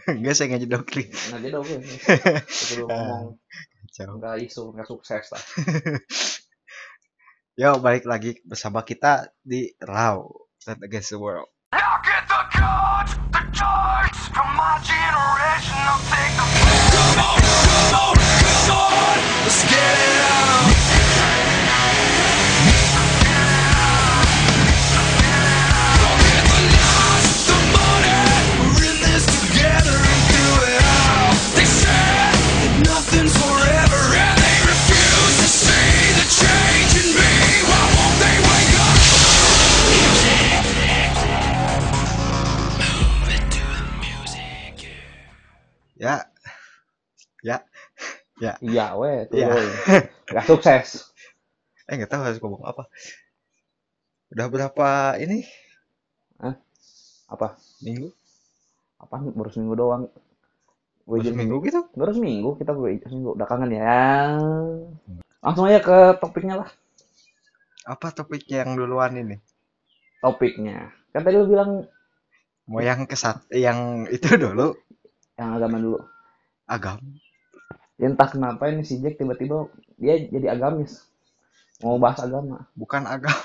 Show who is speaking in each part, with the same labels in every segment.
Speaker 1: Enggak, saya nggak jedok nih.
Speaker 2: Nggak jadi oke. Itu ngomong
Speaker 1: Kacau.
Speaker 2: nggak isu, nggak sukses lah.
Speaker 1: Yo, balik lagi bersama kita di Raw Stand Against the World.
Speaker 3: Now get the cards, the cards from my generation. I'll take the come on, let's get it on. Don't get the lies, the money. We're in this together and do it all. They said nothing's forever, and they refuse to see the change in me. Why won't they wake up?
Speaker 1: Ya, ya, ya,
Speaker 2: Iya, weh, tuh
Speaker 1: ya.
Speaker 2: nggak sukses.
Speaker 1: Nggak tahu harus ngomong apa. Udah berapa ini
Speaker 2: Apa?
Speaker 1: minggu?
Speaker 2: Apaan? Baru seminggu doang. Gue
Speaker 1: Baru seminggu gitu?
Speaker 2: baru seminggu kita seminggu udah kangen ya. Langsung aja ke topiknya lah.
Speaker 1: Apa topiknya yang duluan ini?
Speaker 2: Topiknya. Kan tadi lu bilang
Speaker 1: Mau yang yang itu dulu,
Speaker 2: yang agama dulu.
Speaker 1: agama.
Speaker 2: Ya entah kenapa ini si Jack tiba-tiba dia jadi agamis. Mau bahas agama.
Speaker 1: Bukan agama.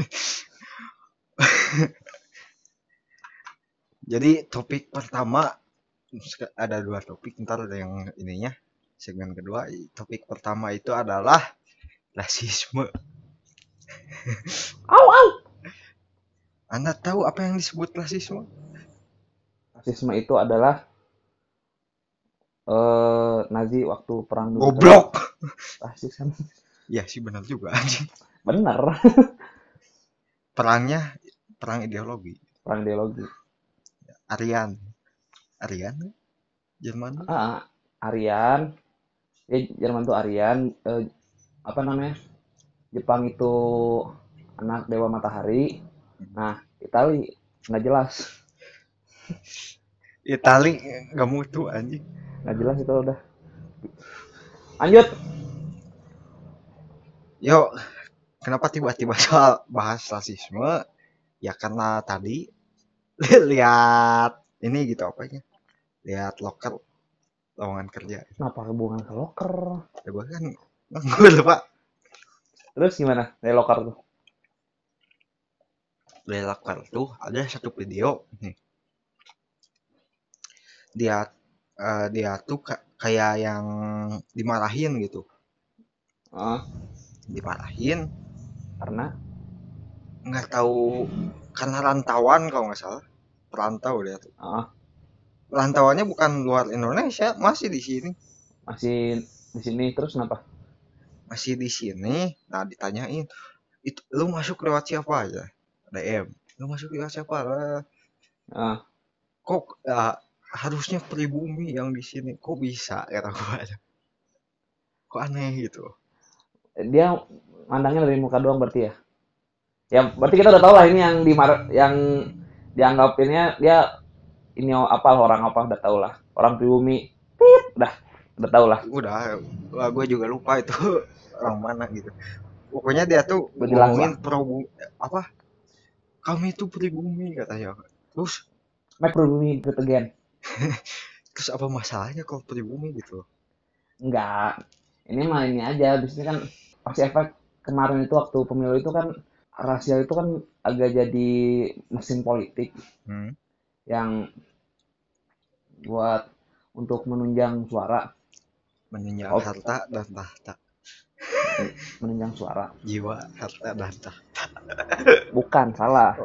Speaker 1: Jadi topik pertama ada dua topik, ntar ada yang ininya segmen kedua. Topik pertama itu adalah rasisme.
Speaker 2: Au au.
Speaker 1: Anda tahu apa yang disebut rasisme?
Speaker 2: Rasisme itu adalah Nazi waktu perang dulu.
Speaker 1: Goblok.
Speaker 2: Rasis kan.
Speaker 1: Ya sih benar juga anjing.
Speaker 2: Bener.
Speaker 1: Perang ideologi.
Speaker 2: Perang ideologi.
Speaker 1: Aryan Jerman.
Speaker 2: Aryan. Ya Jerman tuh Aryan. Apa namanya? Jepang itu anak dewa matahari. Nah, Itali nggak jelas.
Speaker 1: Itali nggak mutu anjing.
Speaker 2: Nggak jelas itu udah. Lanjut.
Speaker 1: Yo, kenapa tiba-tiba soal bahas rasisme? Ya karena tadi lihat ini gitu apanya? Lihat loker lowongan kerja.
Speaker 2: Kenapa hubungan ke loker?
Speaker 1: Ya gue kan nganggur Pak.
Speaker 2: Terus gimana? Dari loker tuh.
Speaker 1: Di loker tuh ada satu video nih. Dia tuh kayak yang dimarahin gitu. Dimarahin
Speaker 2: Karena
Speaker 1: nggak tahu, karena rantauan kalau nggak salah, perantau dia tuh. Rantauannya bukan luar Indonesia, masih di sini.
Speaker 2: Masih di sini terus kenapa?
Speaker 1: Masih di sini. Nah ditanyain, itu lu masuk lewat siapa ya? DM. Lu masuk lewat siapa lah? Kok harusnya pribumi yang di sini, kok bisa kata gua? Kok aneh gitu.
Speaker 2: Dia mandangnya dari muka doang berarti ya? Ya berarti kita udah tahu lah ini yang dianggapinnya dia ini orang apa udah tahu lah. Orang pribumi. Udah tahu lah.
Speaker 1: Udah, gue juga lupa itu orang mana gitu. Pokoknya dia tuh
Speaker 2: ngomongin
Speaker 1: apa? Kami itu pribumi katanya. Terus
Speaker 2: make pribumi great again.
Speaker 1: Terus apa masalahnya kalau pribumi gitu?
Speaker 2: Enggak. Ini mah ini aja. Biasanya kan pasti efek kemarin itu waktu pemilu itu kan rasial itu kan agak jadi mesin politik yang buat untuk menunjang suara,
Speaker 1: menunjang harta dan tahta.
Speaker 2: Menunjang suara.
Speaker 1: Jiwa, harta dan tahta.
Speaker 2: Bukan, salah.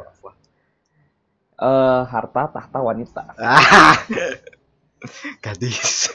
Speaker 2: Harta, tahta, wanita.
Speaker 1: Gadis.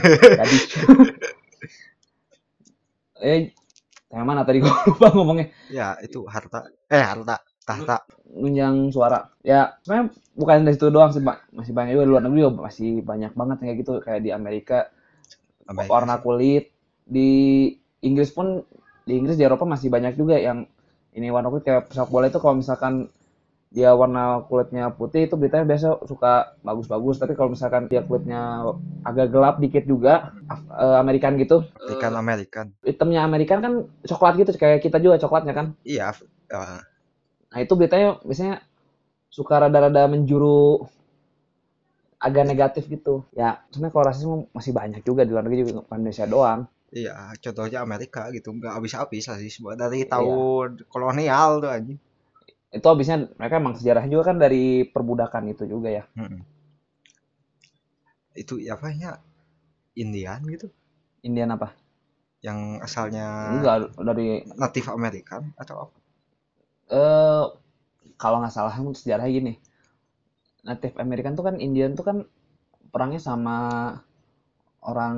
Speaker 2: Yang mana tadi gue lupa ngomongnya.
Speaker 1: Ya, itu harta, tahta.
Speaker 2: Menunjang suara. Ya, sebenarnya bukan dari situ doang sih, Pak. Masih banyak juga di luar negeri juga masih banyak banget kayak gitu, kayak di Amerika. Warna kulit. Di Inggris pun, di Eropa masih banyak juga yang ini warna kulit kayak pesepak bola itu kalau misalkan dia warna kulitnya putih itu beritanya biasa suka bagus-bagus, tapi kalau misalkan dia kulitnya agak gelap dikit juga Amerikan gitu.
Speaker 1: Amerikan.
Speaker 2: Hitamnya Amerikan kan coklat gitu kayak kita juga coklatnya kan.
Speaker 1: Iya.
Speaker 2: Nah itu beritanya biasanya suka rada-rada menjuru agak negatif gitu. Ya, sebenarnya kalau rasisme masih banyak juga di luar negeri juga, bukan Indonesia doang.
Speaker 1: Iya, contohnya Amerika gitu, nggak habis-habis rasisme dari tahun kolonial tuh anjing.
Speaker 2: Itu habisnya mereka emang sejarahnya juga kan dari perbudakan itu juga ya.
Speaker 1: Itu apa ya, Indian gitu,
Speaker 2: Indian apa?
Speaker 1: yang asalnya
Speaker 2: Enggak, dari
Speaker 1: Native American atau apa?
Speaker 2: kalau nggak salah sejarahnya gini. Native American tuh kan Indian tuh kan perangnya sama orang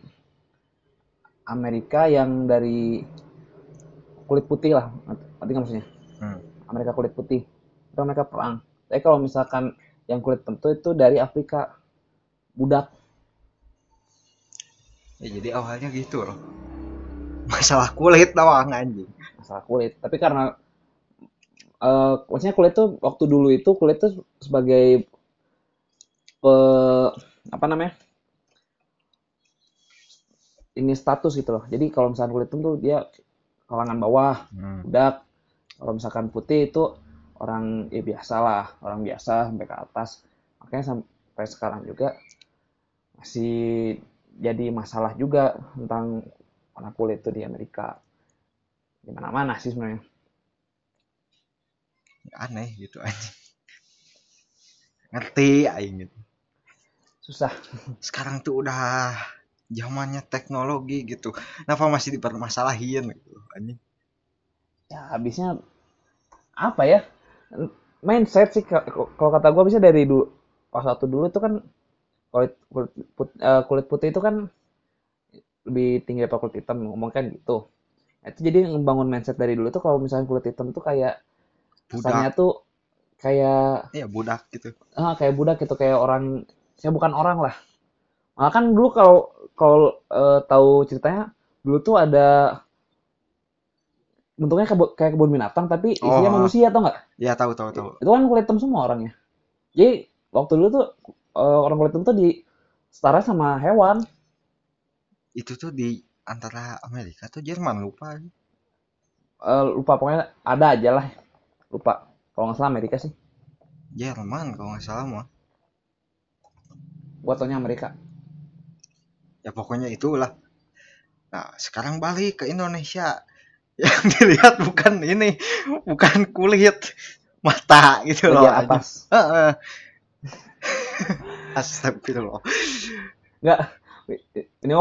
Speaker 2: Amerika yang dari kulit putih lah, ngerti nggak maksudnya? Amerika kulit putih itu mereka perang. Tapi kalau misalkan yang kulit tentu itu dari Afrika, budak.
Speaker 1: Ya, jadi awalnya gitu loh, masalah kulit doang anjing.
Speaker 2: Masalah kulit. Tapi karena maksudnya kulit tuh waktu dulu itu kulit tuh sebagai apa namanya? Ini status gitu loh. Jadi kalau misalkan kulit tuh dia kalangan bawah, budak. Kalau misalkan putih itu orang ya biasa lah, orang biasa sampai ke atas. Makanya sampai sekarang juga masih jadi masalah juga tentang warna kulit itu di Amerika. Di mana-mana sih sebenarnya.
Speaker 1: Aneh gitu anjing. Ngerti aing gitu.
Speaker 2: Susah.
Speaker 1: Sekarang tuh udah zamannya teknologi gitu. Kenapa masih dipermasalahin gitu anjing?
Speaker 2: Ya habisnya apa ya? Mindset sih kalau kata gue bisa dari dulu pas waktu dulu itu kan kulit putih itu kan lebih tinggi daripada kulit hitam, ngomong kan gitu. Itu jadi ngebangun mindset dari dulu tuh kalau misalnya kulit hitam tuh kayak kesannya tuh kayak
Speaker 1: iya budak gitu.
Speaker 2: Kayak budak gitu, kayak orang saya bukan orang lah. Malah kan dulu kalau tahu ceritanya dulu tuh ada bentuknya kayak kebun binatang tapi isinya manusia, tau nggak?
Speaker 1: Iya tahu.
Speaker 2: Itu kan kulit hitam semua orangnya. Jadi waktu dulu tuh orang kulit hitam tuh setara sama hewan.
Speaker 1: Itu tuh di antara Amerika atau Jerman lupa.
Speaker 2: Lupa pokoknya ada aja lah. Lupa. Kalau nggak salah Amerika sih.
Speaker 1: Jerman kalau nggak salah mah.
Speaker 2: Gua taunya Amerika.
Speaker 1: Ya pokoknya itulah. Nah sekarang balik ke Indonesia. Yang dilihat bukan ini, bukan kulit, mata gitu loh.
Speaker 2: Bagian atas.
Speaker 1: Astagfirullah.
Speaker 2: Enggak. Ini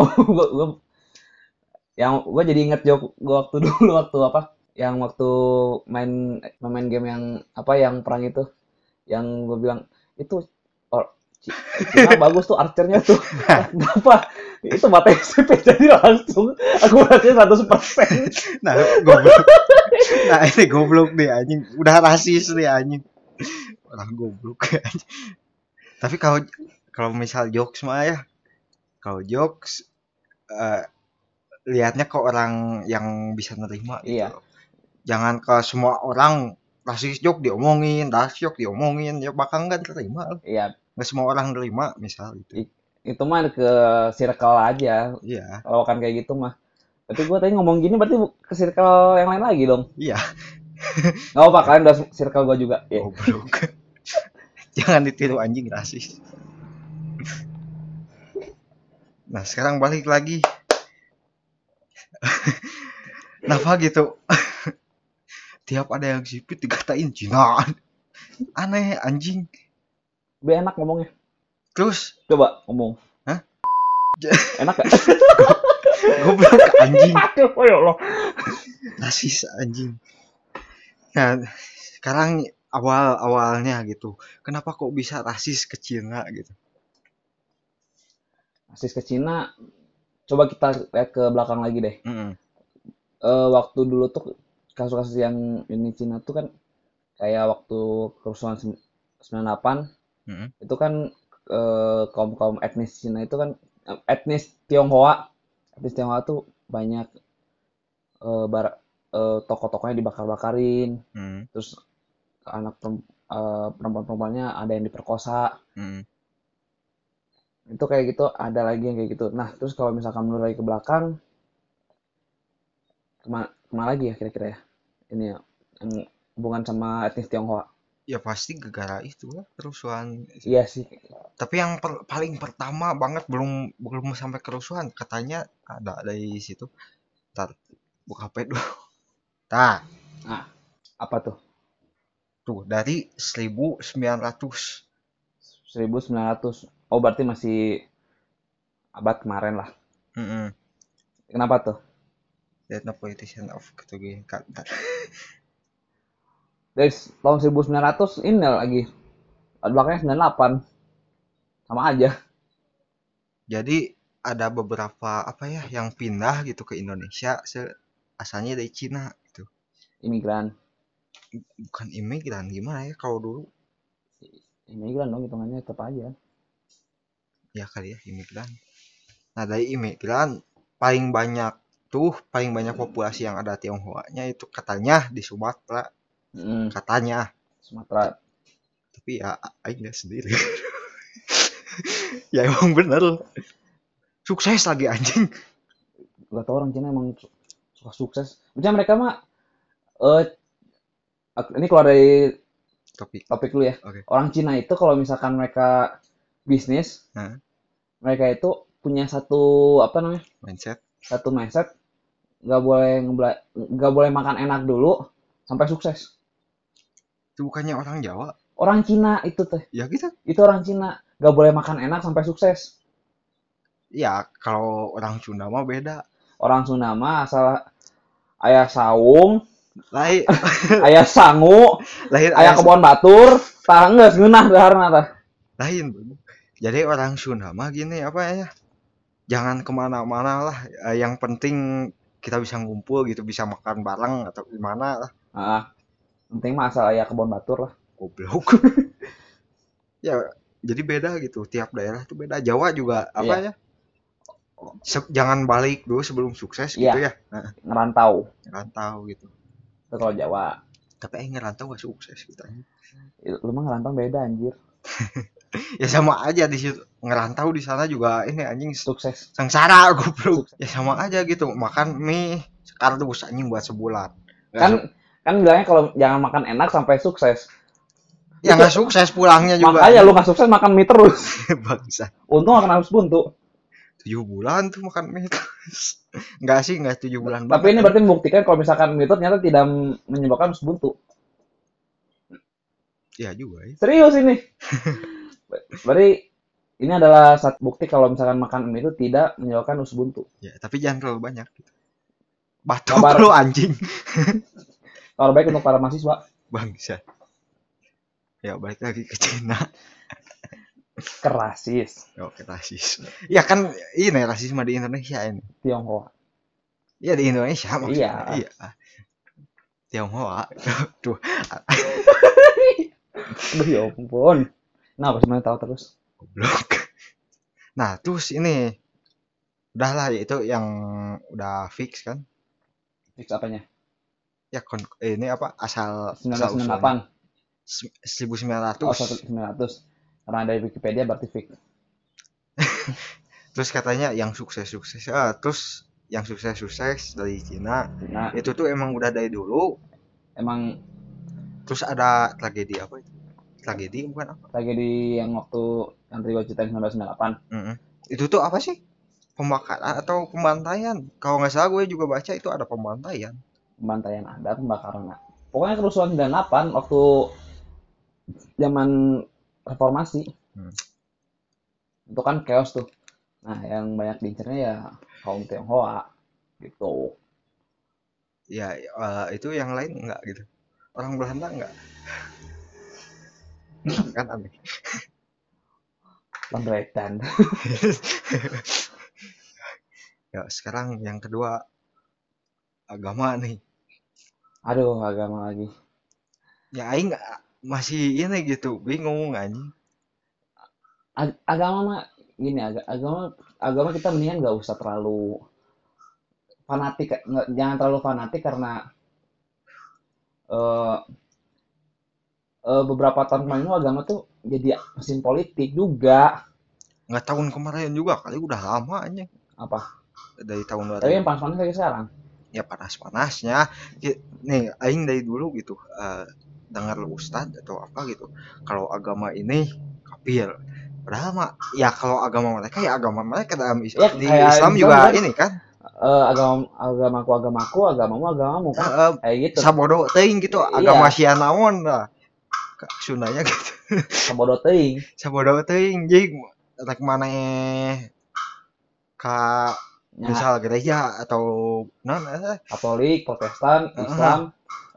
Speaker 2: gue jadi inget joke gue waktu dulu waktu apa? Yang waktu main game yang apa yang perang itu, yang gue bilang itu Cina bagus tuh archernya tuh. Kenapa? Itu mata SMP jadi langsung aku rasanya 100%.
Speaker 1: Nah, goblok. Nah, ini goblok nih anjing. Udah rasis nih anjing. Orang goblok anjing. Tapi kalau misal jokes mah ya. Kalau jokes lihatnya ke orang yang bisa nerima gitu.
Speaker 2: Iya.
Speaker 1: Jangan ke semua orang rasis joke diomongin, rasis joke diomongin, ya bakal nggak terima.
Speaker 2: Iya.
Speaker 1: Nggak semua orang terima misal itu.
Speaker 2: Itu mah ke circle aja.
Speaker 1: Iya.
Speaker 2: Kalau kan kayak gitu mah. Tapi gue tadi ngomong gini berarti ke circle yang lain lagi dong.
Speaker 1: Iya.
Speaker 2: Nggak apa kalian udah circle gue juga.
Speaker 1: Goblok. Jangan ditiru anjing rasis. Nah sekarang balik lagi. Kenapa gitu? Tiap ada yang sipit dikatain Cina. Aneh anjing.
Speaker 2: Lebih enak ngomongnya.
Speaker 1: Terus
Speaker 2: coba ngomong.
Speaker 1: Hah?
Speaker 2: Enak gak?
Speaker 1: Goblok anjing.
Speaker 2: Aduh, ya Allah.
Speaker 1: Rasis anjing. Nah, sekarang awalnya gitu. Kenapa kok bisa rasis ke Cina gitu?
Speaker 2: Rasis ke Cina, coba kita lihat ke belakang lagi deh. Waktu dulu tuh kasus-kasus yang ini Cina tuh kan kayak waktu kerusuhan 98 itu kan kaum etnis Cina itu kan etnis Tionghoa tuh banyak tokoh-tokohnya dibakar-bakarin, terus anak perempuan-perempuannya ada yang diperkosa. Itu kayak gitu, ada lagi yang kayak gitu. Nah, terus kalau misalkan mundur lagi ke belakang, kemana lagi ya kira-kira ya? Ini ya, yang hubungan sama etnis Tionghoa.
Speaker 1: Ya pasti gara-gara itu lah kerusuhan.
Speaker 2: Iya sih.
Speaker 1: Tapi yang paling pertama banget belum sampai kerusuhan katanya ada dari situ. Ntar buka HP dulu. Nah,
Speaker 2: Apa tuh?
Speaker 1: tuh dari 1900.
Speaker 2: 1900. Oh, berarti masih abad kemarin lah. Kenapa tuh?
Speaker 1: That no politician of gitu kan.
Speaker 2: Dari tahun 1900 ini lagi. Belakangnya 98. Sama aja.
Speaker 1: Jadi ada beberapa apa ya yang pindah gitu ke Indonesia asalnya dari Cina gitu.
Speaker 2: Imigran.
Speaker 1: Bukan imigran gimana ya kalau dulu?
Speaker 2: Imigran dong hitungannya tetap aja.
Speaker 1: Ya kali ya imigran. Nah dari imigran paling banyak populasi yang ada Tionghoanya itu katanya di Sumatera. Katanya
Speaker 2: Sumatera.
Speaker 1: Tapi ya aing nggak sendiri. Ya emang bener. Sukses lagi anjing.
Speaker 2: Gak tau orang Cina emang suka sukses. Maksudnya mereka mah ini keluar dari topik lu ya.
Speaker 1: Okay.
Speaker 2: Orang Cina itu kalau misalkan mereka bisnis, mereka itu punya satu
Speaker 1: mindset.
Speaker 2: Satu mindset nggak boleh makan enak dulu sampai sukses.
Speaker 1: Itu bukannya orang Jawa?
Speaker 2: Orang Cina itu teh.
Speaker 1: Ya gitu.
Speaker 2: Itu orang Cina nggak boleh makan enak sampai sukses.
Speaker 1: Ya kalau orang Sunda mah beda.
Speaker 2: Orang Sunda mah asal ayah saung,
Speaker 1: lain
Speaker 2: ayah sangu, ayah kebon batur, tah geus ngeunah daharna tah.
Speaker 1: Lain. Jadi orang Sunda mah gini apa ya? Jangan kemana-mana lah. Yang penting kita bisa ngumpul gitu, bisa makan bareng atau gimana lah.
Speaker 2: Penting mah asal ayah kebon batur lah.
Speaker 1: Goblok. Ya, jadi beda gitu. Tiap daerah tuh beda. Jawa juga apa ya? Jangan balik dulu sebelum sukses gitu ya.
Speaker 2: Ngerantau
Speaker 1: gitu.
Speaker 2: Itu kalau Jawa.
Speaker 1: Tapi ngerantau gak sukses gitu.
Speaker 2: Lu mah ngerantau beda anjir.
Speaker 1: Ya sama aja di situ. Ngerantau di sana juga ini anjing
Speaker 2: sukses.
Speaker 1: Sengsara goblok. Ya sama aja gitu. Makan mie sekardus anjing buat sebulan.
Speaker 2: Kan bilangnya kalau jangan makan enak sampai sukses.
Speaker 1: Ya nggak sukses pulangnya juga.
Speaker 2: Makanya lu nggak sukses makan mie terus.
Speaker 1: Bangsa.
Speaker 2: Untung akan harus buntu.
Speaker 1: 7 bulan tuh makan mie terus. Enggak 7 bulan.
Speaker 2: Tapi ini berarti membuktikan kalau misalkan mie itu ternyata tidak menyebabkan buntu.
Speaker 1: Iya juga ya.
Speaker 2: Serius ini. Berarti ini adalah satu bukti kalau misalkan makan mie itu tidak menyebabkan usus buntu.
Speaker 1: Ya, tapi jangan terlalu banyak gitu. Batuk lu anjing.
Speaker 2: Kabar baik untuk para mahasiswa.
Speaker 1: Bangsa. Ya balik lagi ke Cina.
Speaker 2: Kerasis.
Speaker 1: Rasis. Ya kan ini rasisme di Indonesia ini.
Speaker 2: Tionghoa.
Speaker 1: Iya di Indonesia maksudnya. Iya. Tionghoa. Tuh.
Speaker 2: Aduh ya ampun. Nah, sebenarnya tahu terus.
Speaker 1: Goblok. Nah, terus ini udahlah itu yang udah fix kan?
Speaker 2: Fix apanya?
Speaker 1: Ya ini apa asal
Speaker 2: 1998.
Speaker 1: 1900.
Speaker 2: Oh, 1900. Karena dari Wikipedia berarti fix.
Speaker 1: Terus katanya yang sukses. Terus yang sukses dari Cina. Itu tuh emang udah dari dulu.
Speaker 2: Emang.
Speaker 1: Terus ada tragedi apa itu? Tragedi bukan apa?
Speaker 2: Tragedi yang waktu yang tadi gue ceritain 1998.
Speaker 1: Itu tuh apa sih? Pembakaran atau pembantaian? Kalau nggak salah gue juga baca itu ada pembantaian.
Speaker 2: Pembantaian ada, pembakaran ada. Pokoknya kerusuhan 98 waktu zaman reformasi. Itu kan chaos tuh. Nah, yang banyak diincernya ya kaum Tionghoa gitu.
Speaker 1: Ya, itu yang lain enggak gitu. Orang Belanda enggak. Kan aneh.
Speaker 2: Pembretan.
Speaker 1: Ya, sekarang yang kedua agama nih.
Speaker 2: Aduh, agama lagi.
Speaker 1: Ya aing masih ini gitu, bingung anjing.
Speaker 2: Agama mah gini, agama kita mendingan enggak usah terlalu fanatik, jangan terlalu fanatik karena beberapa tahun kemarin agama tuh jadi mesin politik juga.
Speaker 1: Nggak tahun kemarin juga kali udah lama aja.
Speaker 2: Apa?
Speaker 1: Dari tahun 2000.
Speaker 2: Tapi yang panas-panas lagi sekarang.
Speaker 1: Ya panas-panasnya. Nih aing dari dulu gitu. dengar ustad atau apa gitu kalau agama ini kafir. Padahal mah ya kalau agama mereka ya agama mereka dalam
Speaker 2: Ya,
Speaker 1: di
Speaker 2: kayak
Speaker 1: Islam juga ini kan
Speaker 2: agamamu kan kayak gitu.
Speaker 1: Sabodo teuing gitu agama sia naon lah. Sunanya gitu.
Speaker 2: Sabodo teuing.
Speaker 1: Sabodo teuing jeung rek maneh ka misal gereja atau non
Speaker 2: Katolik, Protestan, Islam,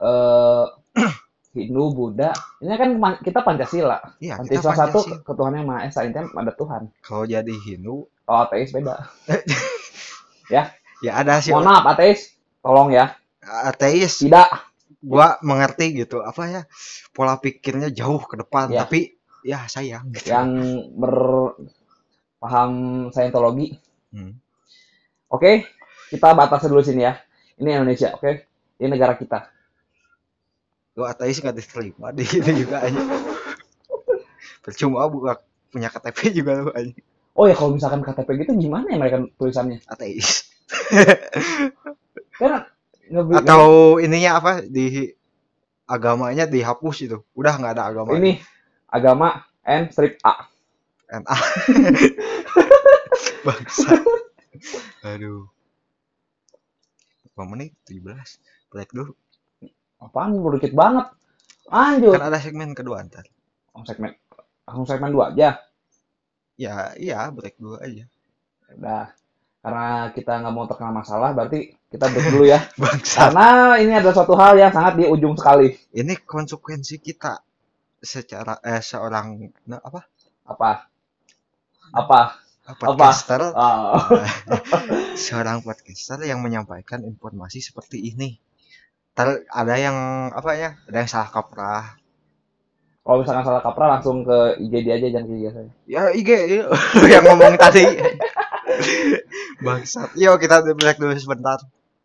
Speaker 2: Hindu, Buddha. Ini kan kita Pancasila.
Speaker 1: Iya,
Speaker 2: Pancasila satu ketuhanan yang Maha Esa, intinya ada Tuhan.
Speaker 1: Kalau jadi Hindu,
Speaker 2: ateis beda. Ya.
Speaker 1: Ya ada sih.
Speaker 2: Mohon maaf ateis, tolong ya.
Speaker 1: Ateis.
Speaker 2: Tidak.
Speaker 1: Gua mengerti gitu, apa ya? Pola pikirnya jauh ke depan, tapi ya sayang gitu.
Speaker 2: Yang berpaham Scientology. Oke, kita batasi dulu sini ya. Ini Indonesia, oke? Ini negara kita.
Speaker 1: Lu ateis nggak diterima di ini juga aja. Percuma buka punya KTP juga lu aja.
Speaker 2: Oh ya, kalau misalkan KTP gitu gimana ya mereka tulisannya?
Speaker 1: Ateis.
Speaker 2: Karena
Speaker 1: atau ininya apa di agamanya dihapus itu. Udah nggak ada agama.
Speaker 2: Ini agama N-A.
Speaker 1: NA. Bangsa. Aduh. Berapa menit? 17. Break dulu.
Speaker 2: Apaan? Dikit banget. Lanjut.
Speaker 1: Kan ada segmen kedua ntar.
Speaker 2: Langsung segmen 2 aja.
Speaker 1: Ya, iya break dulu aja.
Speaker 2: Udah. Karena kita nggak mau terkena masalah, berarti kita break dulu ya. Karena ini adalah suatu hal yang sangat di ujung sekali.
Speaker 1: Ini konsekuensi kita secara seorang podcaster, seorang podcaster yang menyampaikan informasi seperti ini. Ada yang ada yang salah kaprah.
Speaker 2: Kalau misalkan salah kaprah langsung ke IG dia aja, jangan ke IG saya.
Speaker 1: Ya IG yang ngomong tadi. Bangsat. Yuk kita break dulu sebentar.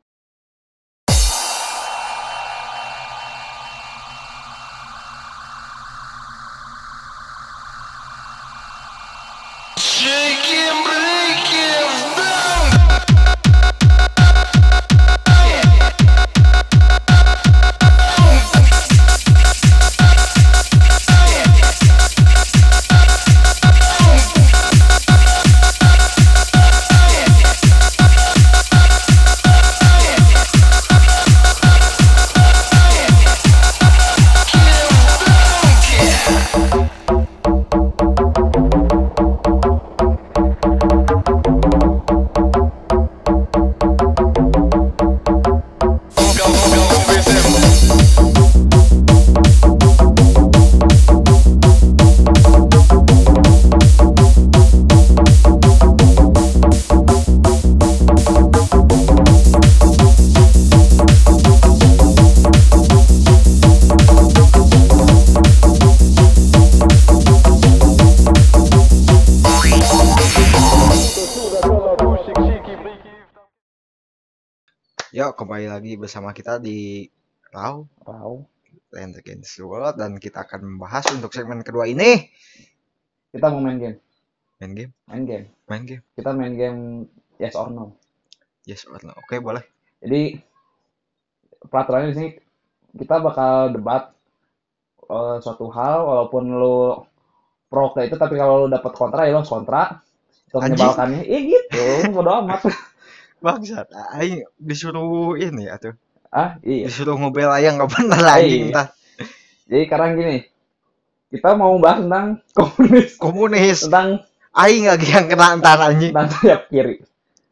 Speaker 1: Yuk kembali lagi bersama kita di Raw Land Against the World dan kita akan membahas untuk segmen kedua ini.
Speaker 2: Kita mau main game.
Speaker 1: Main game?
Speaker 2: Main game. Kita main game yes or no.
Speaker 1: Yes or no. Oke, boleh.
Speaker 2: Jadi peraturannya di sini kita bakal debat suatu hal walaupun lu pro ke itu, tapi kalau lu dapat kontra ya lu harus kontra. Itu menyebalkannya. Gitu, bodo amat.
Speaker 1: Bangsat, aing disuruh ini atuh.
Speaker 2: Iya.
Speaker 1: Disuruh ngobel ayang enggak bener lagi entah.
Speaker 2: Jadi sekarang gini. Kita mau bahas tentang
Speaker 1: komunis.
Speaker 2: Tentang
Speaker 1: aing lagi yang kena entar anjing.
Speaker 2: Tentang sayap kiri.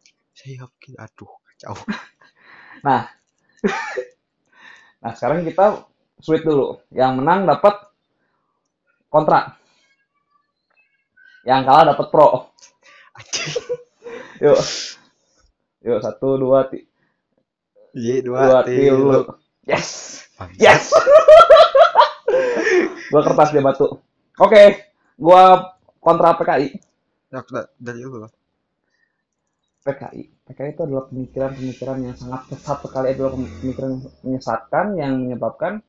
Speaker 1: Aduh, kacau.
Speaker 2: Nah, sekarang kita switch dulu. Yang menang dapat kontra. Yang kalah dapat pro. Yuk. 1, 2, 3.
Speaker 1: 2, 3.
Speaker 2: Yes. Gua kertas dia batu. Oke, gua kontra PKI.
Speaker 1: Dari lu.
Speaker 2: PKI itu adalah pemikiran yang sangat sesat sekali, adalah pemikiran yang menyesatkan yang menyebabkan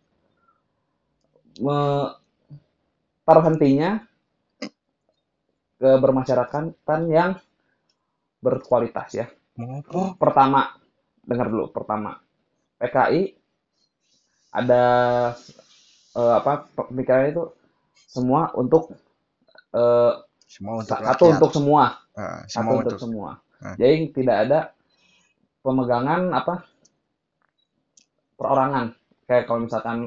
Speaker 2: terhentinya kebermasyarakatan yang berkualitas ya. Pertama, dengar dulu. PKI ada pemikirannya itu semua untuk
Speaker 1: semua untuk
Speaker 2: satu
Speaker 1: rakyat.
Speaker 2: untuk semua.
Speaker 1: Semua
Speaker 2: satu untuk semua. Jadi tidak ada pemegangan perorangan. Kayak kalau misalkan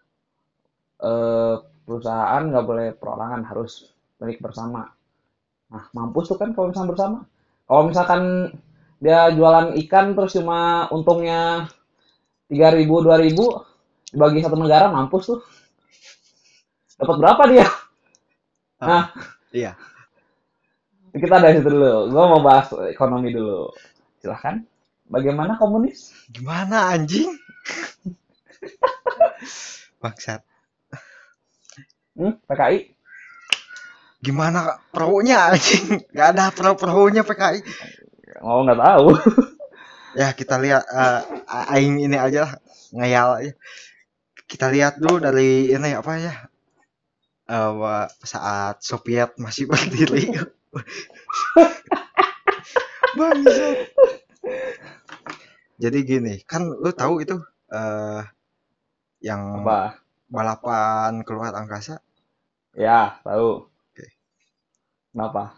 Speaker 2: perusahaan nggak boleh perorangan, harus milik bersama. Nah, mampus tuh kan kalau misalkan bersama. Kalau misalkan dia jualan ikan terus cuma untungnya 3.000, 2.000 dibagi satu negara, mampus tuh. Dapat berapa dia? Nah,
Speaker 1: iya.
Speaker 2: Kita dari situ dulu. Gue mau bahas ekonomi dulu. Silahkan. Bagaimana komunis?
Speaker 1: Gimana anjing? Bangsat.
Speaker 2: PKI?
Speaker 1: Gimana pro-nya anjing? Gak ada pro-nya PKI.
Speaker 2: Oh, nggak tahu.
Speaker 1: Ya kita lihat aing ini aja lah, ngayal aja. Kita lihat dulu dari ini apa ya? Saat Soviet masih berdiri. Bangsat. Jadi gini, kan lu tahu itu yang
Speaker 2: apa?
Speaker 1: Balapan keluar angkasa?
Speaker 2: Ya, tahu.
Speaker 1: Oke.
Speaker 2: Kenapa?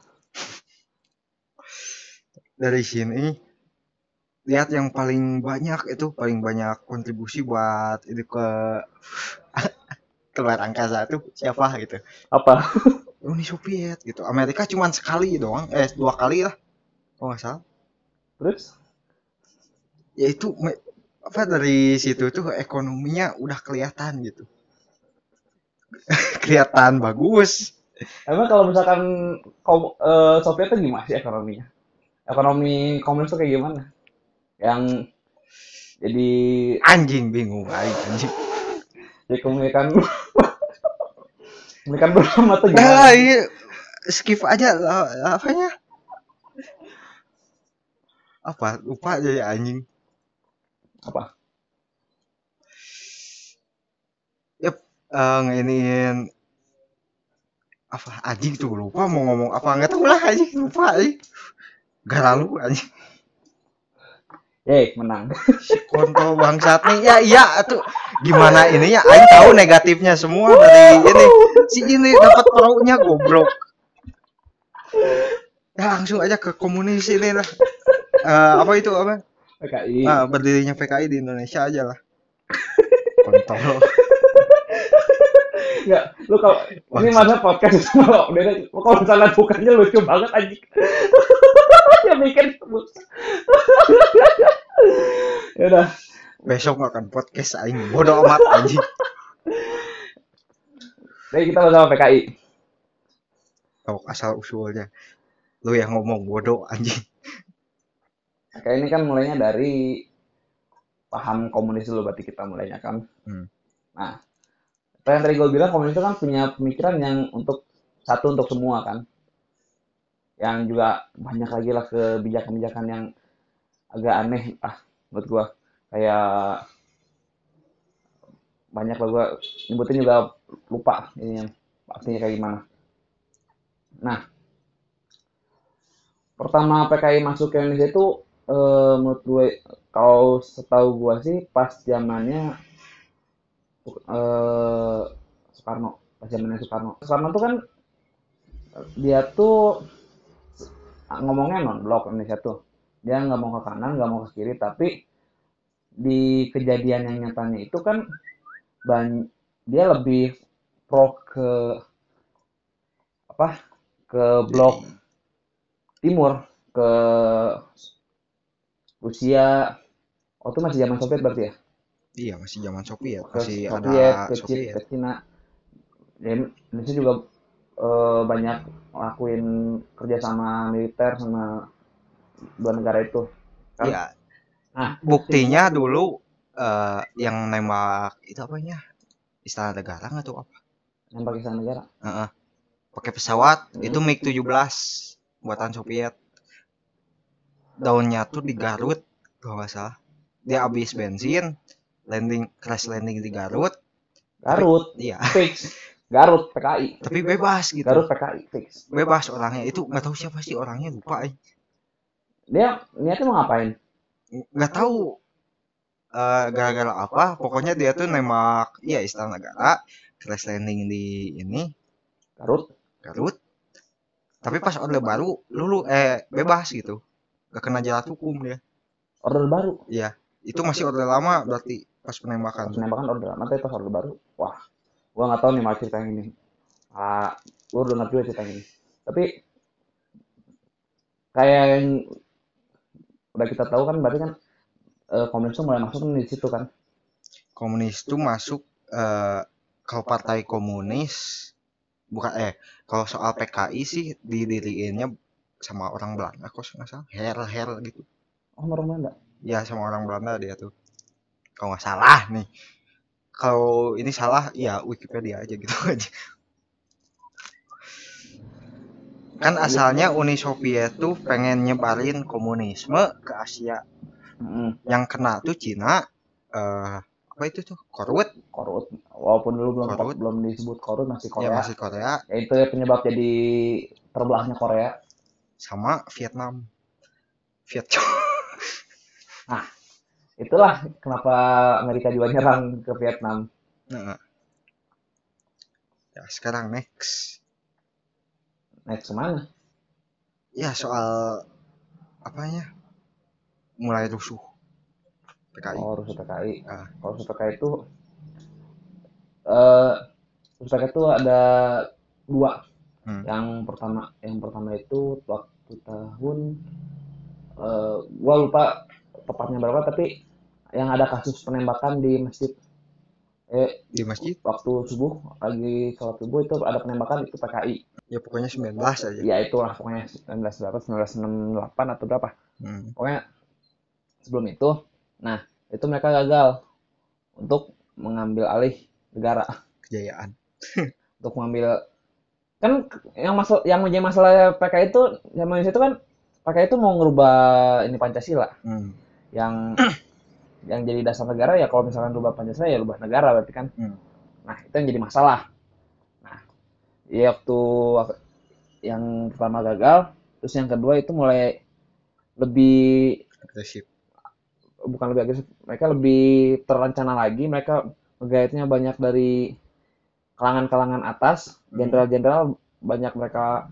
Speaker 1: Dari sini lihat yang paling banyak kontribusi buat itu ke keluar angkasa itu siapa gitu?
Speaker 2: Apa?
Speaker 1: Uni Soviet gitu. Amerika cuma sekali doang, 2 kali lah. Oh nggak salah.
Speaker 2: Terus?
Speaker 1: Ya itu dari situ tuh ekonominya udah kelihatan gitu. Kelihatan bagus.
Speaker 2: Emang kalau misalkan Soviet itu gimana sih ekonominya? Ekonomi komunis itu kayak gimana? Yang jadi
Speaker 1: anjing bingung anjing.
Speaker 2: Jadi komunikan bersama tuh gimana?
Speaker 1: Iya. Skip aja apanya? Apa? Lupa aja ya anjing.
Speaker 2: Apa?
Speaker 1: Yep, nginin apa anjing tuh lupa mau ngomong apa nggak tahu lah anjing lupa anjing. Gak lalu anjing.
Speaker 2: Menang.
Speaker 1: Si kontol bangsat nih. Ya iya tuh gimana ini ya aing tahu negatifnya semua dari ini. Si ini dapat pro-nya goblok. Ya langsung aja ke komunis ini lah. Apa itu apa?
Speaker 2: PKI.
Speaker 1: Berdirinya PKI di Indonesia aja lah. Kontol.
Speaker 2: Enggak, lu kalau ini mana podcast kalau misalnya bukannya lucu banget anjing. Ya mikir terus. Ya udah.
Speaker 1: Besok akan podcast aing bodoh amat anjing.
Speaker 2: Jadi kita bersama PKI.
Speaker 1: Tahu asal usulnya. Lu yang ngomong bodoh anjing.
Speaker 2: PKI ini kan mulainya dari paham komunis dulu berarti kita mulainya kan. Nah, yang tadi gue bilang komunis itu kan punya pemikiran yang satu untuk semua kan. Yang juga banyak lagi lah kebijakan-kebijakan yang agak aneh menurut gue. Kayak banyak lah gue nyebutin juga lupa ini yang artinya kayak gimana. Nah, pertama PKI masuk ke Indonesia itu menurut gue, kalau setahu gue sih pas zamannya Soekarno. Soekarno tuh kan dia tuh ngomongnya non-blok Indonesia tuh. Dia nggak mau ke kanan, nggak mau ke kiri, tapi di kejadian yang nyatanya itu kan dia lebih pro ke blok timur, ke Rusia. Itu masih zaman Soviet berarti ya?
Speaker 1: Iya, masih zaman Soviet.
Speaker 2: Masih
Speaker 1: ada
Speaker 2: Soviet. Ke Cina. Dan Indonesia juga banyak ngelakuin kerjasama militer sama dua negara itu. Kan?
Speaker 1: Iya. Nah, buktinya dulu yang nembak itu apanya? Istana Negara nggak tuh apa?
Speaker 2: Nembak Istana Negara?
Speaker 1: Pakai pesawat itu MiG-17 buatan Soviet. Daunnya tuh di Garut, kalau nggak salah. Dia habis bensin, crash landing di Garut.
Speaker 2: Iya. Fix. Garut PKI.
Speaker 1: Tapi bebas gitu.
Speaker 2: Garut PKI fix.
Speaker 1: Bebas orangnya itu nggak tahu siapa sih orangnya, lupa.
Speaker 2: Dia niatnya mau ngapain?
Speaker 1: Nggak tahu. gara-gara apa pokoknya dia tuh nembak iya Istana Negara crash landing di ini Garut tapi pas orde baru bebas gitu gak kena jerat hukum dia.
Speaker 2: Orde baru?
Speaker 1: Iya itu masih orde lama berarti pas penembakan
Speaker 2: orde lama tapi pas orde baru wah gua nggak tahu nih mal cerita ini gua udah ngerti cerita ini tapi kayak yang udah kita tahu kan berarti kan komunis tuh mulai masuk di situ kan.
Speaker 1: Komunis tuh masuk kalau partai komunis bukan kalau soal PKI sih didiriinnya sama orang Belanda kok nggak salah Her gitu.
Speaker 2: Oh orang Belanda?
Speaker 1: Ya sama orang Belanda dia tuh kalau nggak salah nih. Kalau ini salah ya Wikipedia aja gitu aja. Kan asalnya Uni Soviet tuh pengen nyebarin komunisme ke Asia. Yang kena tuh Cina apa itu tuh Korut
Speaker 2: walaupun dulu belum disebut Korut masih Korea.
Speaker 1: Ya masih Korea.
Speaker 2: Ya itu ya penyebab jadi terbelahnya Korea
Speaker 1: sama Vietnam.
Speaker 2: Nah, itulah kenapa Amerika juga nyerang ke Vietnam.
Speaker 1: Nah. Ya, sekarang next
Speaker 2: mana?
Speaker 1: Ya soal apanya? Mulai rusuh PKI.
Speaker 2: Rusuh PKI. Kalau rusuh PKI itu rusuh PKI itu ada dua. Yang pertama itu waktu tahun gua lupa tepatnya berapa tapi yang ada kasus penembakan di masjid. Waktu subuh lagi sholat subuh itu ada penembakan itu PKI.
Speaker 1: Ya pokoknya 19 aja.
Speaker 2: Ya itulah pokoknya 1968 atau berapa. Pokoknya sebelum itu, nah itu mereka gagal untuk mengambil alih negara.
Speaker 1: Kejayaan.
Speaker 2: Untuk mengambil kan yang menjadi masalah PKI itu zaman itu kan PKI itu mau ngerubah ini Pancasila. Yang jadi dasar negara ya kalau misalkan rubah Pancasila ya rubah negara berarti kan. Nah itu yang jadi masalah. Nah ya waktu yang pertama gagal, terus yang kedua itu mulai lebih
Speaker 1: agresif.
Speaker 2: Bukan lebih agresif, mereka lebih terencana lagi. Mereka nge-guide-nya banyak dari kalangan-kalangan atas, jenderal-jenderal banyak mereka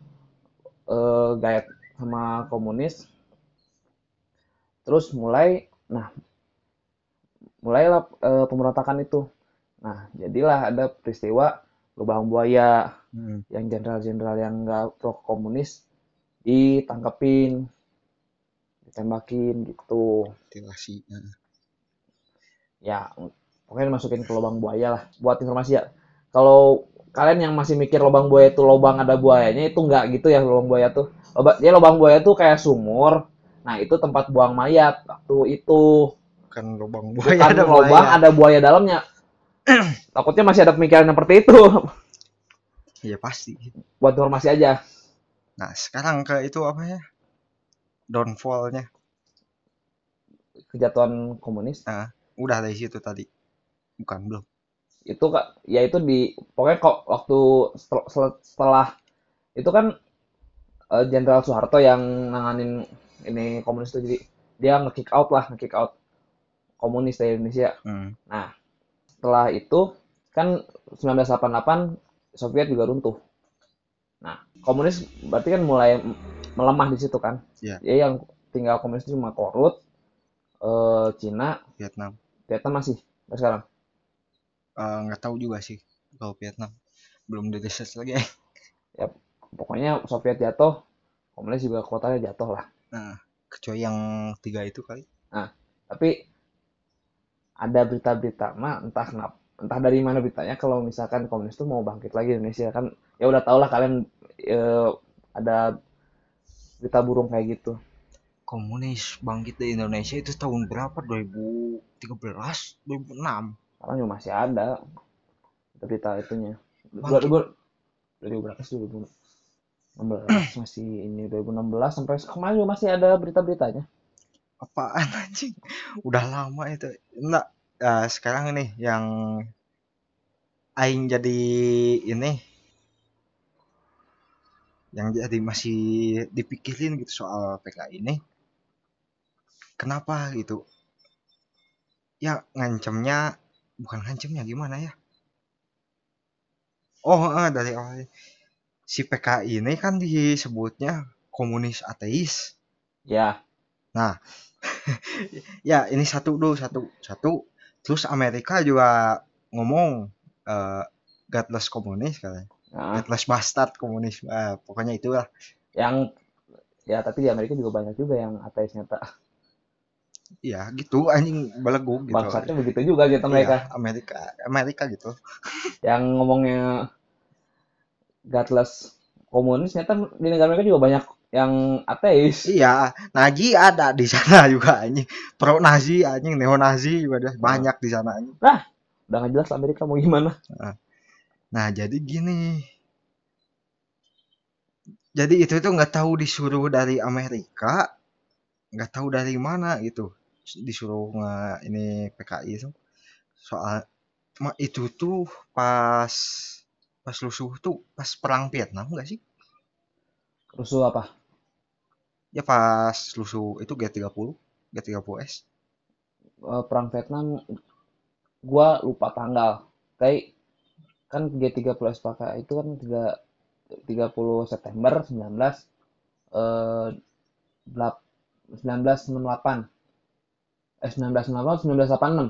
Speaker 2: guide sama komunis. Terus mulailah pemberontakan itu. Nah, jadilah ada peristiwa lubang buaya yang jenderal-jenderal yang nggak pro komunis ditangkepin, ditembakin gitu.
Speaker 1: Mutilasi.
Speaker 2: Ya, pokoknya masukin ke lubang buaya lah. Buat informasi ya. Kalau kalian yang masih mikir lubang buaya itu lubang ada buayanya, itu nggak gitu ya lubang buaya tuh. Lubang buaya tuh kayak sumur. Nah, itu tempat buang mayat waktu itu.
Speaker 1: Bukan lubang buaya,
Speaker 2: ada buaya dalamnya. Takutnya masih ada pemikiran seperti itu.
Speaker 1: Iya pasti.
Speaker 2: Buat informasi aja.
Speaker 1: Nah, sekarang ke itu apa ya? Downfall-nya.
Speaker 2: Kejatuhan komunis.
Speaker 1: Nah, udah dari situ tadi. Bukan belum.
Speaker 2: Itu ya itu pokoknya kok waktu setelah itu kan Jenderal Soeharto yang nanganin ini komunis itu, jadi dia nge-kick out komunis dari Indonesia. Nah, setelah itu kan 1988 Soviet juga runtuh. Nah, komunis berarti kan mulai melemah di situ kan.
Speaker 1: Yeah.
Speaker 2: Ya yang tinggal komunis cuma Korut, Cina,
Speaker 1: Vietnam
Speaker 2: masih sekarang.
Speaker 1: Nggak tahu juga sih kalau Vietnam, belum di research lagi.
Speaker 2: Ya pokoknya Soviet jatuh, komunis juga kuotanya jatuh lah.
Speaker 1: Nah, kecuali yang 3 itu kali.
Speaker 2: Nah, tapi ada berita-berita entah dari mana beritanya kalau misalkan komunis itu mau bangkit lagi di Indonesia kan. Ya udah tau lah kalian ada berita burung kayak gitu.
Speaker 1: Komunis bangkit di Indonesia itu tahun berapa? 2013, 2006.
Speaker 2: Sekarang juga masih ada berita itunya. 2016 masih ini 2016 sampai kemarin juga masih ada berita-beritanya.
Speaker 1: Apaan anjing? Udah lama itu. Enggak, sekarang nih yang aing jadi ini yang jadi masih dipikirin gitu soal PKI ini. Kenapa gitu? Ya ngancemnya, bukan ngancemnya gimana ya? Oh, dari awal si PKI ini kan disebutnya komunis ateis.
Speaker 2: Ya.
Speaker 1: Nah, ya ini satu dulu satu. Terus Amerika juga ngomong godless komunis kan. Godless bastard komunis. Pokoknya itulah.
Speaker 2: Yang ya tapi di Amerika juga banyak juga yang ateis nyata.
Speaker 1: Ya gitu anjing belegu gitu.
Speaker 2: Bangsatnya begitu juga gitu mereka.
Speaker 1: Iya, Amerika gitu.
Speaker 2: Yang ngomongnya godless komunis nyata di negara mereka juga banyak yang ateis.
Speaker 1: Iya, Nazi ada di sana juga anjing. Pro Nazi anjing, neo Nazi juga banyak di sana anjing.
Speaker 2: Nah, udah nggak jelas Amerika mau gimana.
Speaker 1: Nah, jadi gini. Jadi itu tuh nggak tahu disuruh dari Amerika, nggak tahu dari mana gitu. Disuruh ini PKI itu. Soal itu tuh pas rusuh tuh pas perang Vietnam nggak sih?
Speaker 2: Rusuh apa?
Speaker 1: Ya pas rusuh itu G30S.
Speaker 2: Perang Vietnam gua lupa tanggal. Kayak kan G30 SPK itu kan 30 September 1968 1968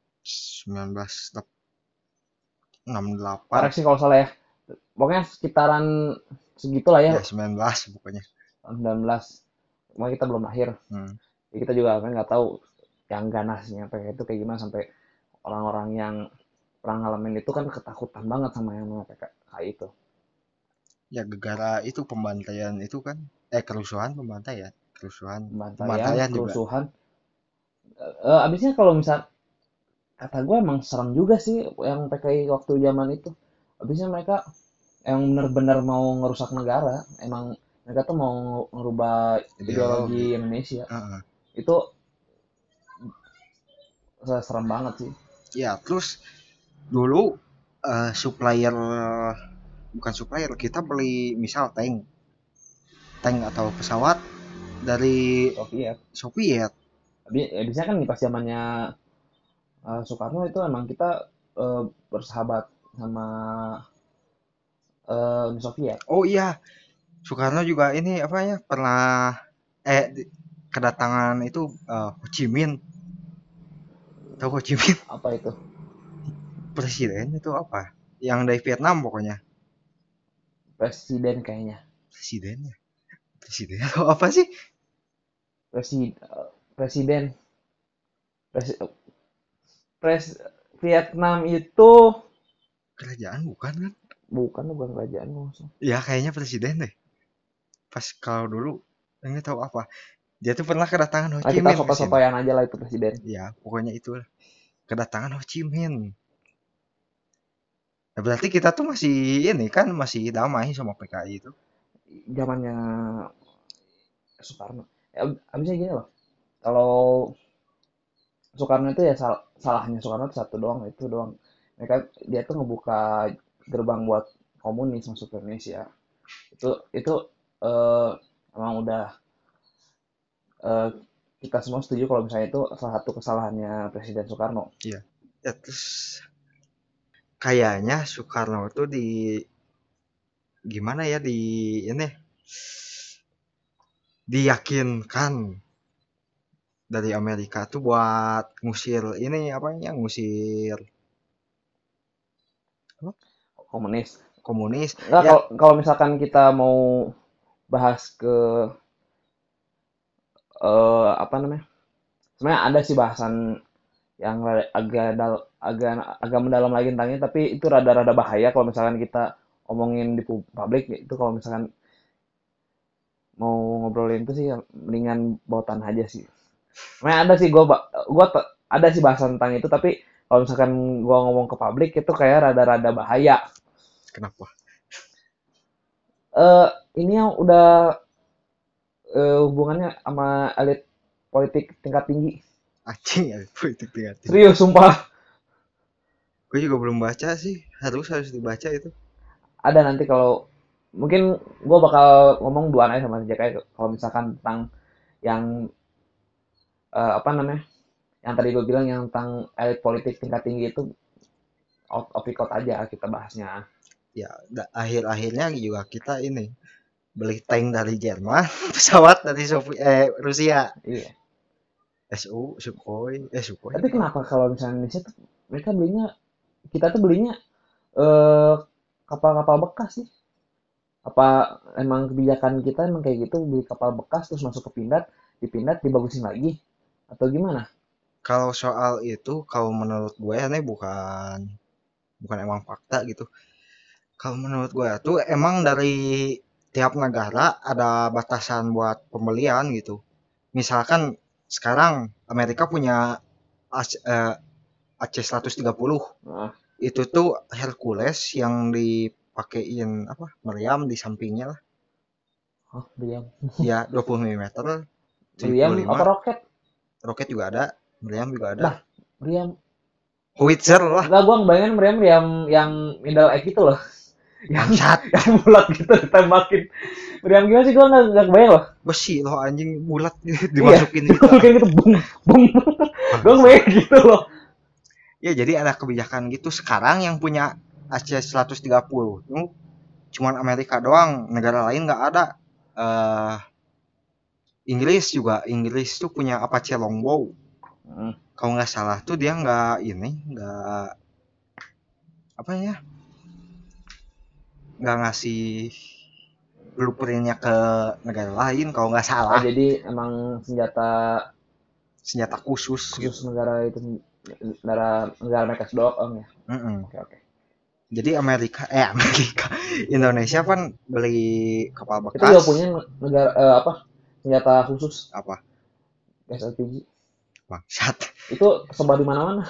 Speaker 1: 1968.
Speaker 2: koreksi kalau salah ya, pokoknya sekitaran segitulah ya.
Speaker 1: Ya 19 pokoknya
Speaker 2: 19, cuma kita belum lahir. Jadi kita juga kan nggak tahu yang ganasnya PKI itu kayak gimana sampai orang-orang yang perang ngalamin itu kan ketakutan banget sama yang namanya PKI itu.
Speaker 1: Ya gara itu pembantaian itu kan kerusuhan juga.
Speaker 2: Kerusuhan. Abisnya kalau misal kata gue emang serem juga sih yang PKI waktu zaman itu. Abisnya mereka yang benar-benar mau ngerusak negara. Emang mereka tuh mau ngerubah ideologi Indonesia. Itu serem banget sih.
Speaker 1: Ya terus dulu supplier, bukan supplier, kita beli misal tank atau pesawat dari Soviet.
Speaker 2: Biasanya kan pas zamannya Soekarno itu emang kita bersahabat sama Uni Soviet.
Speaker 1: Oh iya, Soekarno juga ini apa ya pernah kedatangan itu Ho Chi Minh. Tahu Ho Chi Minh?
Speaker 2: Apa itu?
Speaker 1: Presiden itu apa? Yang dari Vietnam pokoknya.
Speaker 2: Presiden kayaknya.
Speaker 1: Presiden atau apa sih?
Speaker 2: Presiden. Vietnam itu
Speaker 1: kerajaan bukan kan?
Speaker 2: Bukan kerajaan langsung.
Speaker 1: Ya kayaknya presiden deh. Pas kalau dulu nggak tahu apa. Dia tuh pernah kedatangan Ho Chi Minh.
Speaker 2: Kita sopa-sopayan aja lah itu presiden.
Speaker 1: Ya pokoknya itu kedatangan Ho Chi Minh. Nah, berarti kita tuh masih ini kan masih damai sama PKI itu.
Speaker 2: Zamannya Soekarno. Abisnya gini loh. Kalau Soekarno itu ya salahnya Soekarno itu satu doang, itu doang. Dia tuh ngebuka gerbang buat komunis masuk ke Indonesia. Itu emang udah kita semua setuju kalau misalnya itu salah satu kesalahannya Presiden Soekarno.
Speaker 1: Iya. Ya terus kayaknya Soekarno itu gimana ya ini diyakinkan dari Amerika tuh buat ngusir ini ngusir komunis.
Speaker 2: Enggak, ya. Kalau misalkan kita mau bahas ke apa namanya? Sebenarnya ada sih bahasan yang agak mendalam lagi tentangnya, tapi itu rada-rada bahaya kalau misalkan kita omongin di publik. Itu kalau misalkan mau ngobrolin itu sih mendingan bautan aja sih. Sebenarnya ada sih gua ada sih bahasan tentang itu, tapi kalau misalkan gua ngomong ke publik itu kayak rada-rada bahaya.
Speaker 1: Kenapa?
Speaker 2: Ini yang udah hubungannya sama elit politik tingkat tinggi.
Speaker 1: Anjing, elit politik tingkat tinggi.
Speaker 2: Serius, sumpah.
Speaker 1: Gue juga belum baca sih, harus dibaca itu.
Speaker 2: Ada nanti kalau mungkin gue bakal ngomong dua aja sama JKI kalau misalkan tentang yang apa namanya yang tadi gue bilang yang tentang elit politik tingkat tinggi itu out of record aja kita bahasnya.
Speaker 1: Ya, akhir-akhirnya juga kita ini beli tank dari Jerman, pesawat dari Rusia.
Speaker 2: Iya.
Speaker 1: Sukhoi.
Speaker 2: Tapi kenapa kalau misalnya Indonesia tuh mereka kita tuh belinya kapal-kapal bekas sih? Apa emang kebijakan kita emang kayak gitu, beli kapal bekas terus masuk ke dipindad dibagusin lagi atau gimana?
Speaker 1: Kalau soal itu, kalau menurut gue ini bukan emang fakta gitu. Kalau menurut gue tuh emang dari tiap negara ada batasan buat pembelian gitu. Misalkan sekarang Amerika punya AC-130.
Speaker 2: Nah,
Speaker 1: Itu tuh Hercules yang dipakein meriam di sampingnya lah.
Speaker 2: meriam.
Speaker 1: Ya 20 mm.
Speaker 2: Meriam
Speaker 1: 75.
Speaker 2: apa roket?
Speaker 1: Roket juga ada, meriam juga ada.
Speaker 2: Nah, meriam.
Speaker 1: Howitzer lah.
Speaker 2: Enggak, gua bayangin meriam yang middle egg itu loh.
Speaker 1: Bangsat.
Speaker 2: Yang bulat gitu ditembakin. Meriam gimana sih, gua enggak kebayang loh.
Speaker 1: Besi loh anjing bulat dimasukin gitu.
Speaker 2: Kayak gitu bung bung. Gua kebayang gitu loh.
Speaker 1: Ya jadi ada kebijakan gitu. Sekarang yang punya AC-130 cuman Amerika doang, negara lain nggak ada. Inggris tuh punya Apache Longbow. Kalau nggak salah tuh dia nggak ngasih blueprintnya ke negara lain kalau nggak salah.
Speaker 2: Jadi emang
Speaker 1: senjata khusus
Speaker 2: negara itu, negara mereka doang ya. Oke.
Speaker 1: Jadi Indonesia kan beli kapal bekas.
Speaker 2: Kita juga punya negara senjata khusus.
Speaker 1: Apa?
Speaker 2: Gas LPG.
Speaker 1: Bangsat.
Speaker 2: Itu sebar di mana-mana.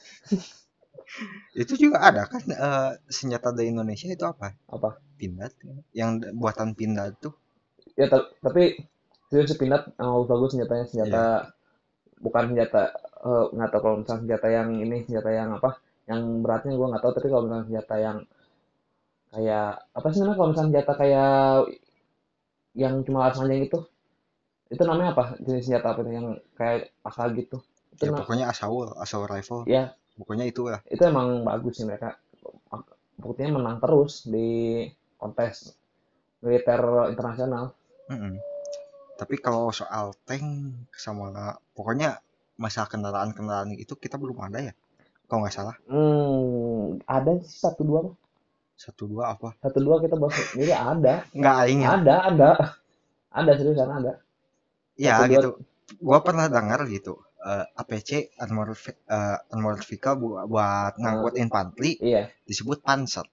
Speaker 1: Itu juga ada kan senjata dari Indonesia itu apa? Pindad. Yang buatan Pindad tuh.
Speaker 2: Ya tapi serius Pindad bagus senjatanya, bukan senjata nggak tahu kalau misalnya senjata yang apa yang beratnya gue nggak tahu, tapi kalau misalnya senjata yang kayak apa sih namanya, kalau misalnya senjata kayak yang cuma alas panjang itu namanya apa, jenis senjata apa itu yang kayak asal gitu itu
Speaker 1: ya pokoknya asal rifle
Speaker 2: ya,
Speaker 1: pokoknya itu lah.
Speaker 2: Itu emang bagus sih, mereka buktinya menang terus di kontes militer internasional.
Speaker 1: Tapi kalau soal tank sama pokoknya masalah kendaraan itu kita belum ada ya kalau nggak salah.
Speaker 2: Ada sih 1-2 mah.
Speaker 1: 1-2 apa?
Speaker 2: 1-2 kita bahas ini ada.
Speaker 1: Nggak ingat.
Speaker 2: Ada seriusan ada.
Speaker 1: Ya 1-2. Gitu. Gua pernah dengar gitu. APC armored vehicle buat ngangkut infanteri.
Speaker 2: Iya.
Speaker 1: Disebut Panzer.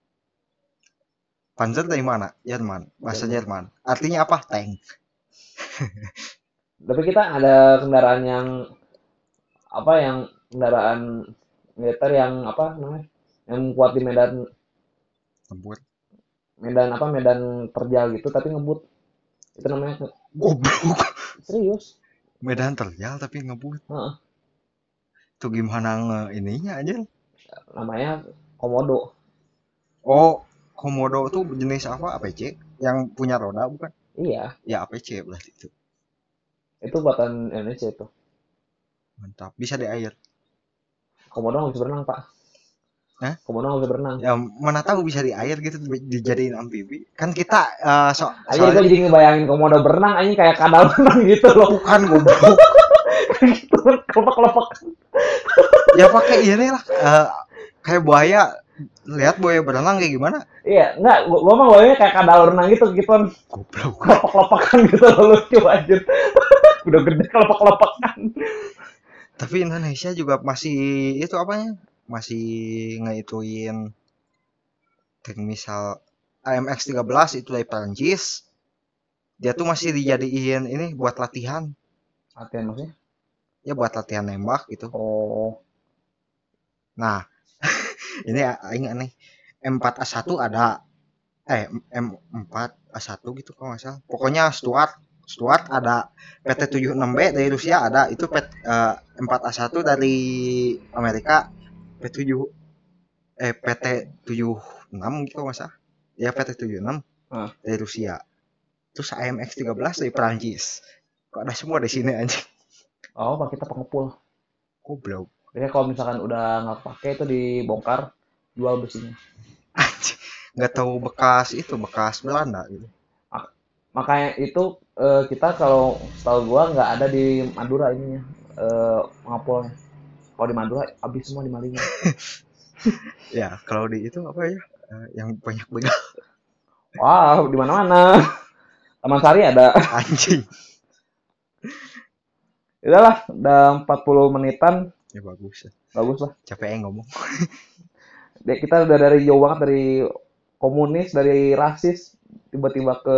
Speaker 1: Panzer dari mana? Jerman. Bahasa Jerman. Artinya apa? Tank.
Speaker 2: Tapi kita ada kendaraan kendaraan militer yang apa namanya, yang kuat di medan
Speaker 1: ngebut,
Speaker 2: medan terjal gitu tapi ngebut, itu namanya
Speaker 1: goblok.
Speaker 2: Serius,
Speaker 1: medan terjal tapi ngebut. Itu gimana ininya aja?
Speaker 2: Namanya Komodo.
Speaker 1: Oh, Komodo tuh jenis apa? APC yang punya roda bukan?
Speaker 2: Iya.
Speaker 1: Ya APC berarti itu.
Speaker 2: Itu buatan Indonesia itu.
Speaker 1: Mantap. Bisa di air.
Speaker 2: Komodo nggak bisa berenang, Pak.
Speaker 1: Hah?
Speaker 2: Komodo nggak bisa berenang.
Speaker 1: Ya mana tahu bisa di air gitu dijadiin amfibi. Kan kita
Speaker 2: soalnya gue jadi ngebayangin Komodo berenang anjing kayak kadal berenang gitu loh.
Speaker 1: Bukan goblok.
Speaker 2: Gitu kelopak-kelopak.
Speaker 1: Ya pakai ini lah. Kayak buaya. Lihat buaya berenang kayak gimana?
Speaker 2: Iya, enggak, gua mah buayanya kayak kadal renang gitu gituan.
Speaker 1: Goblok.
Speaker 2: Kelopak-kelopakan gitu loh, lucu aja. Udah gede kelopak-kelopakan.
Speaker 1: Tapi Indonesia juga masih itu apanya? Masih ngehituin tank misal AMX 13 itu dari Perancis. Dia tuh masih dijadiin ini buat latihan.
Speaker 2: Latihan maksudnya? Ya
Speaker 1: buat latihan nembak gitu.
Speaker 2: Oh.
Speaker 1: Nah, ini aing aneh. M4A1 ada. M4A1 gitu kalau nggak salah. Pokoknya Stuart ada. PT-76B dari Rusia ada. Itu M4A1 dari Amerika. PT-76 gitu nggak salah. Ya PT-76 dari Rusia. Terus AMX 13 dari Perancis. Kok ada semua di sini anjing.
Speaker 2: Oh, Pak, kita pengepul.
Speaker 1: Goblok.
Speaker 2: Biasanya kalau misalkan udah nggak pakai itu dibongkar, jual besinya.
Speaker 1: Nggak tahu bekas Belanda gitu.
Speaker 2: Makanya itu kita kalau setahu gua nggak ada di Madura ininya pengapolnya. Kalau di Madura habis semua dimalingin.
Speaker 1: Ya kalau di itu apa ya yang banyak begal.
Speaker 2: Wow, di mana-mana. Taman Sari ada.
Speaker 1: Anjing.
Speaker 2: Udahlah, udah 40 menitan.
Speaker 1: Ya bagus.
Speaker 2: Bagus lah.
Speaker 1: Capek ngomong.
Speaker 2: Kita udah dari jauh banget, dari komunis, dari rasis, tiba-tiba ke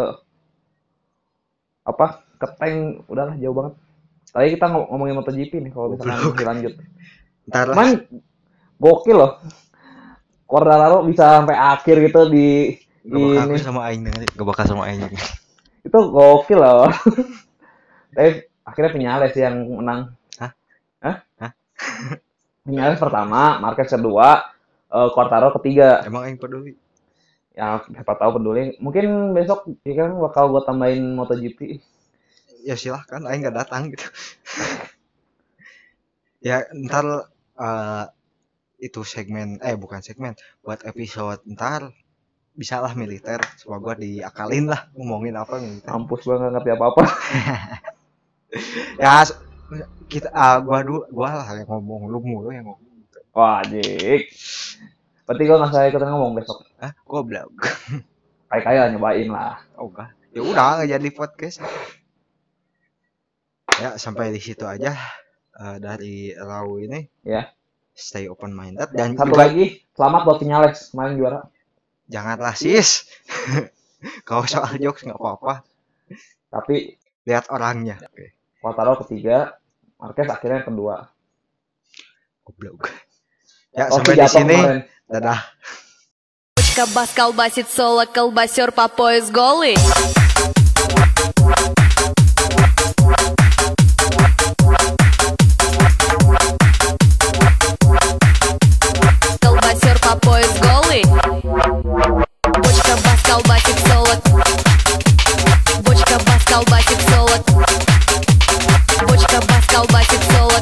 Speaker 2: ke tank, udahlah jauh banget. Tadi kita ngomongin MotoGP nih kalau misalkan masih lanjut.
Speaker 1: Ntar lah.
Speaker 2: Cuman gokil loh. Quartararo bisa sampai akhir gitu di
Speaker 1: ini sama Aing nanti, gak sama Aing.
Speaker 2: Itu gokil loh. Tapi akhirnya Viñales yang menang.
Speaker 1: Hah?
Speaker 2: Viñales pertama, Marquez kedua, Quartararo ketiga.
Speaker 1: Emang Aing peduli?
Speaker 2: Ya, siapa tahu peduli. Mungkin besok ya kan bakal gua tambahin MotoGP.
Speaker 1: Ya silahkan, Aing nggak datang gitu. Ya ntar itu bukan segmen, buat episode ntar bisa lah militer. Semoga diakalin lah ngomongin apa militer.
Speaker 2: Mampus gua nggak ngerti apa-apa.
Speaker 1: Ya kita gua lah yang ngomong, lu mulu yang ngomong.
Speaker 2: Wah, Jik. Berarti gua nggak usah ikutan ngomong besok.
Speaker 1: Goblok.
Speaker 2: Kayak nyobain lah.
Speaker 1: Oh enggak. Ya udah nggak jadi podcast. Ya sampai di situ aja dari Lau ini.
Speaker 2: Ya.
Speaker 1: Stay open minded dan
Speaker 2: satu juga, lagi selamat buat Viñales kemarin juara.
Speaker 1: Janganlah sis. Kalau soal jokes nggak apa-apa.
Speaker 2: Tapi
Speaker 1: lihat orangnya. Oke.
Speaker 2: Quartararo ketiga, Marquez akhirnya kedua.
Speaker 1: Goblok. Ya sampai di sini. Kemarin. Dadah.
Speaker 4: Бочка бас колбасит соло, колбасер по пояс голый. Колбасер по пояс голый. Бочка бас колбасит соло. Бочка бас колбасит соло. Бочка бас колбасит соло.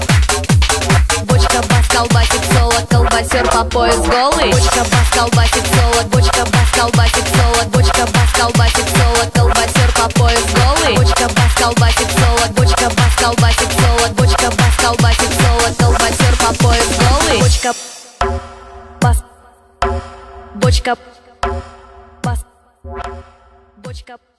Speaker 4: Бочка бас колбасит соло, колбасер по пояс голый. Бочка бас колбасит соло, бочка бас колбасит соло, бочка бас колбасит соло, колбасер по пояс голый. Бочка бас колбасит соло, бочка бас колбасит соло, бочка бас колбасит соло, колбасер по пояс голый. Бочка бас, бочка бас, бочка.